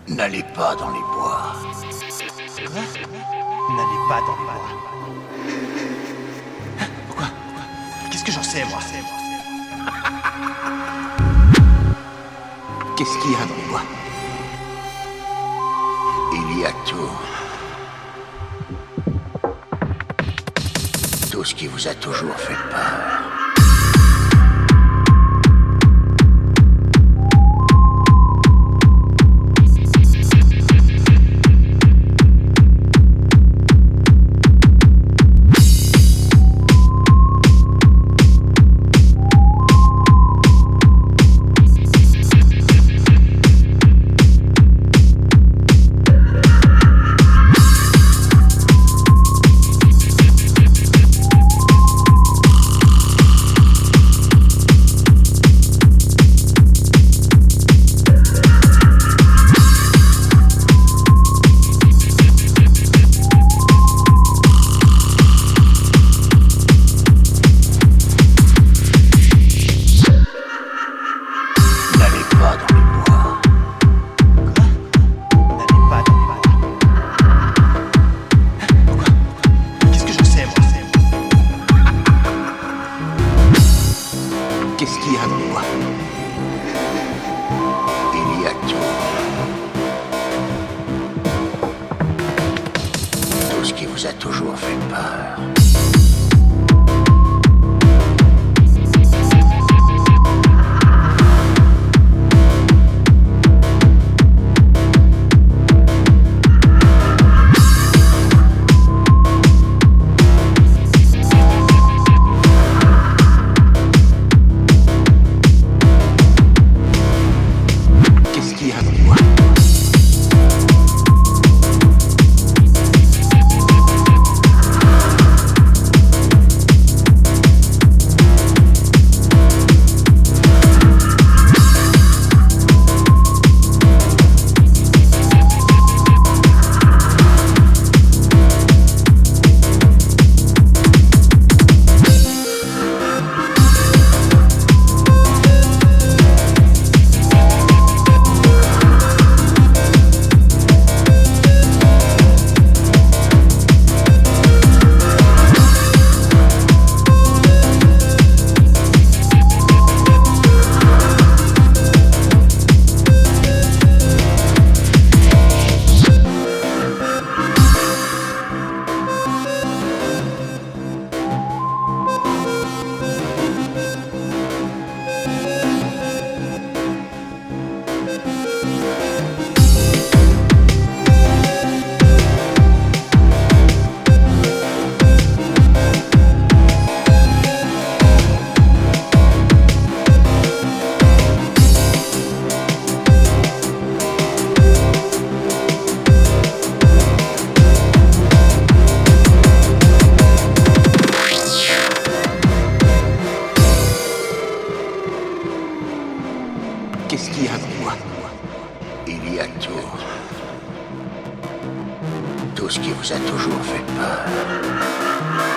N'allez pas dans les bois. Quoi? N'allez pas dans les bois. Hein? Pourquoi? Qu'est-ce que j'en sais, moi? Qu'est-ce qu'il y a dans les bois? Il y a tout. Tout ce qui vous a toujours fait peur. Qu'est-ce qu'il y a dans les bois? Il y a tout. Tout ce qui vous a toujours fait peur. Qu'est-ce qu'il y a dans les bois? Il y a tout. Tout ce qui vous a toujours fait peur.